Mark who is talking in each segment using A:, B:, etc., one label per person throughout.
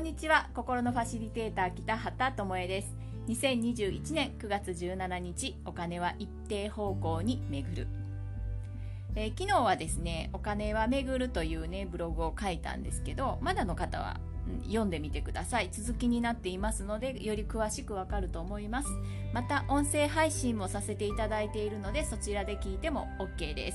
A: んにちは。心のファシリテーター北畑智恵です。2021年9月17日、お金は一定方向に巡る。昨日はですね、お金は巡るというねブログを書いたんですけど、まだの方は読んでみてください。続きになっていますので、より詳しくわかると思います。また音声配信もさせていただいているので、そちらで聞いても OK です。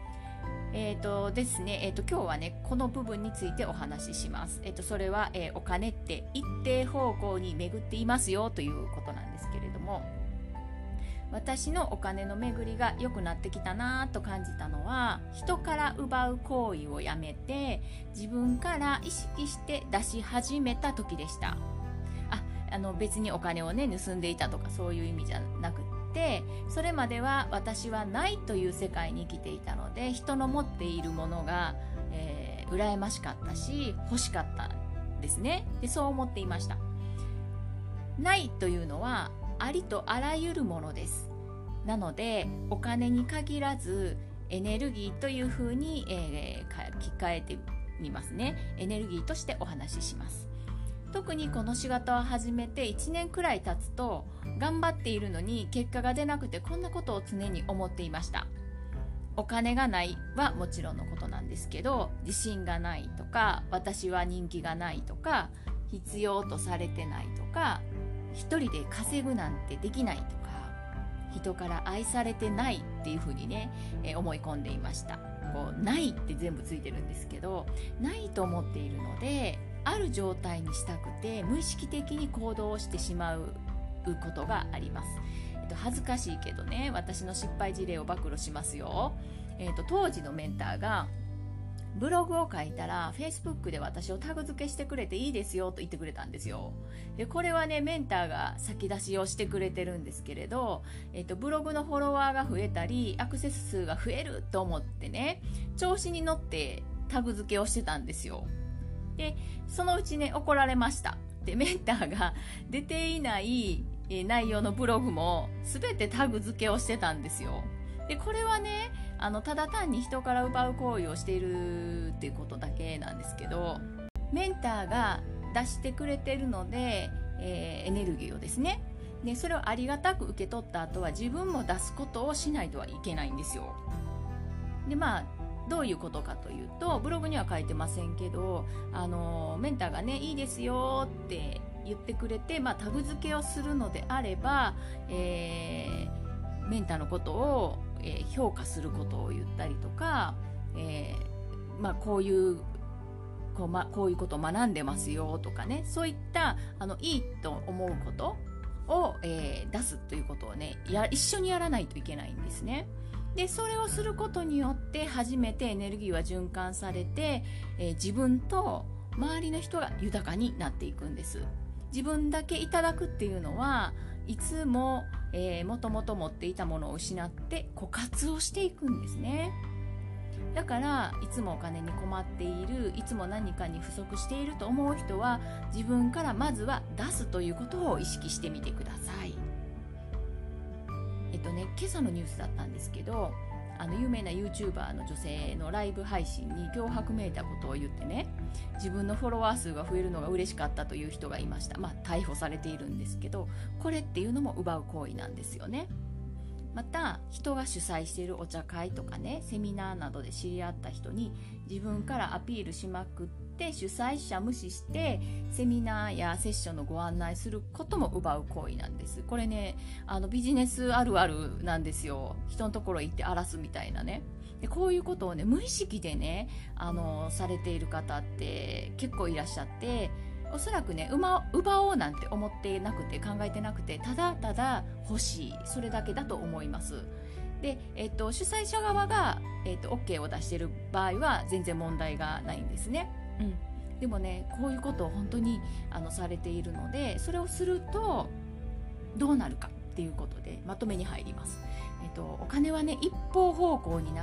A: ですね、今日はねこの部分についてお話しします。それは、お金って一定方向に巡っていますよということなんですけれども、私のお金の巡りが良くなってきたなと感じたのは、人から奪う行為をやめて自分から意識して出し始めた時でした。別にお金をね盗んでいたとかそういう意味じゃなくて、それまでは私はないという世界に生きていたので、人の持っているものが、羨ましかったし欲しかったですね。でそう思っていました。ないというのはありとあらゆるものです。なのでお金に限らずエネルギーというふうに、書き換えてみますね。エネルギーとしてお話しします。特にこの仕事を始めて1年くらい経つと、頑張っているのに結果が出なくて、こんなことを常に思っていました。お金がないはもちろんのことなんですけど、自信がないとか、私は人気がないとか、必要とされてないとか、一人で稼ぐなんてできないとか、人から愛されてないっていうふうにね、思い込んでいました。こうないって全部ついてるんですけど、ないと思っているので、ある状態にしたくて無意識的に行動をしてしまうことがあります。恥ずかしいけどね、私の失敗事例を暴露しますよ。当時のメンターがブログを書いたら Facebook で私をタグ付けしてくれていいですよと言ってくれたんですよ。でこれはねメンターが先出しをしてくれてるんですけれど、ブログのフォロワーが増えたりアクセス数が増えると思ってね、調子に乗ってタグ付けをしてたんですよ。でそのうちね怒られました。でメンターが出ていない内容のブログも全てタグ付けをしてたんですよ。でこれはねただ単に人から奪う行為をしているっていうことだけなんですけど、メンターが出してくれてるので、エネルギーをですね、でそれをありがたく受け取った後は自分も出すことをしないとはいけないんですよ。でどういうことかというと、ブログには書いてませんけど、メンターがねいいですよって言ってくれて、タグ付けをするのであれば、メンターのことを、評価することを言ったりとか、こういうことを学んでますよとかね、そういったいいと思うことを、出すということをね一緒にやらないといけないんですね。でそれをすることによって初めてエネルギーは循環されて、自分と周りの人が豊かになっていくんです。自分だけいただくっていうのはいつも、もともと持っていたものを失って枯渇をしていくんですね。だからいつもお金に困っている、いつも何かに不足していると思う人は、自分からまずは出すということを意識してみてください。今朝のニュースだったんですけど、有名な YouTuber の女性のライブ配信に脅迫めいたことを言ってね、自分のフォロワー数が増えるのが嬉しかったという人がいました。逮捕されているんですけど、これっていうのも奪う行為なんですよね。また人が主催しているお茶会とかね、セミナーなどで知り合った人に自分からアピールしまくって、主催者無視してセミナーやセッションのご案内することも奪う行為なんです。これねビジネスあるあるなんですよ。人のところ行って荒らすみたいなね。でこういうことをね無意識でねされている方って結構いらっしゃって、おそらくね奪おうなんて思ってなくて、考えてなくて、ただただ欲しい、それだけだと思います。で、主催者側が、OK を出している場合は全然問題がないんですね。でもねこういうことを本当にされているので、それをするとどうなるかっていうことでまとめに入ります。お金はね一方方向に流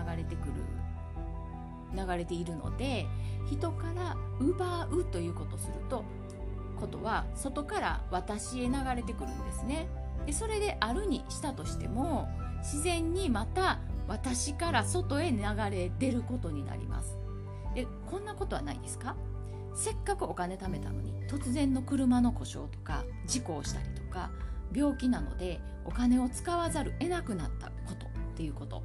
A: れているので、人から奪うということをすると、ことは外から私へ流れてくるんですね。でそれであるにしたとしても、自然にまた私から外へ流れ出ることになります。でこんなことはないですか？ せっかくお金貯めたのに突然の車の故障とか事故をしたりとか病気なのでお金を使わざる得なくなったことっていうこと、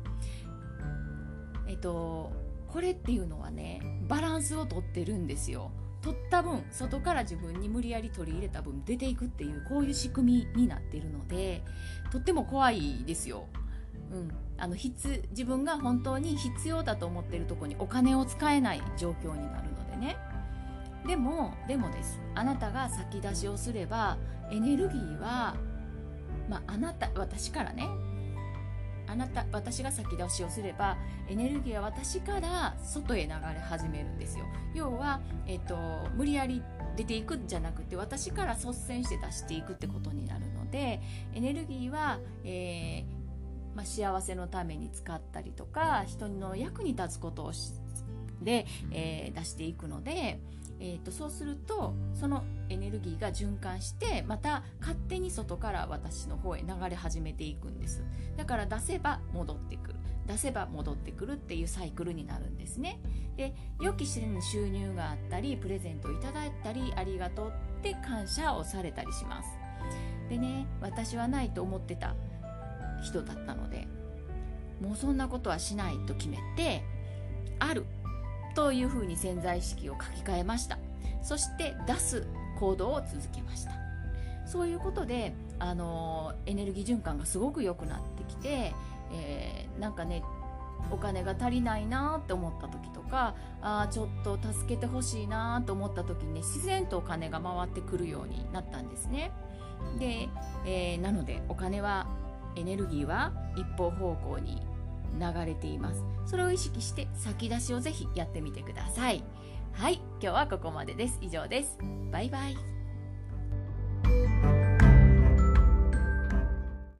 A: これっていうのはね、バランスをとってるんですよ。取った分、外から自分に無理やり取り入れた分出ていくっていう、こういう仕組みになっているので、とっても怖いですよ。自分が本当に必要だと思っているところにお金を使えない状況になるのでね。でもです。あなたが先出しをすれば、エネルギーは、私が先出しをすれば、エネルギーは私から外へ流れ始めるんですよ。要は、無理やり出ていくんじゃなくて、私から率先して出していくってことになるので、エネルギーは、幸せのために使ったりとか、人の役に立つことをで、出していくので、そうするとそのエネルギーが循環して、また勝手に外から私の方へ流れ始めていくんです。だから出せば戻ってくる、出せば戻ってくるっていうサイクルになるんですね。で、予期しての収入があったり、プレゼントをいただいたり、ありがとうって感謝をされたりします。でね、私はないと思ってた人だったので、もうそんなことはしないと決めて、あるというふうに潜在意識を書き換えました。そして出す行動を続けました。そういうことで、エネルギー循環がすごく良くなってきて、なんかね、お金が足りないなって思った時とか、ちょっと助けてほしいなと思った時にね、自然とお金が回ってくるようになったんですね。で、なのでお金は、エネルギーは一方方向に流れています。それを意識して先出しをぜひやってみてください。はい、今日はここまでです。以上です。バイバイ。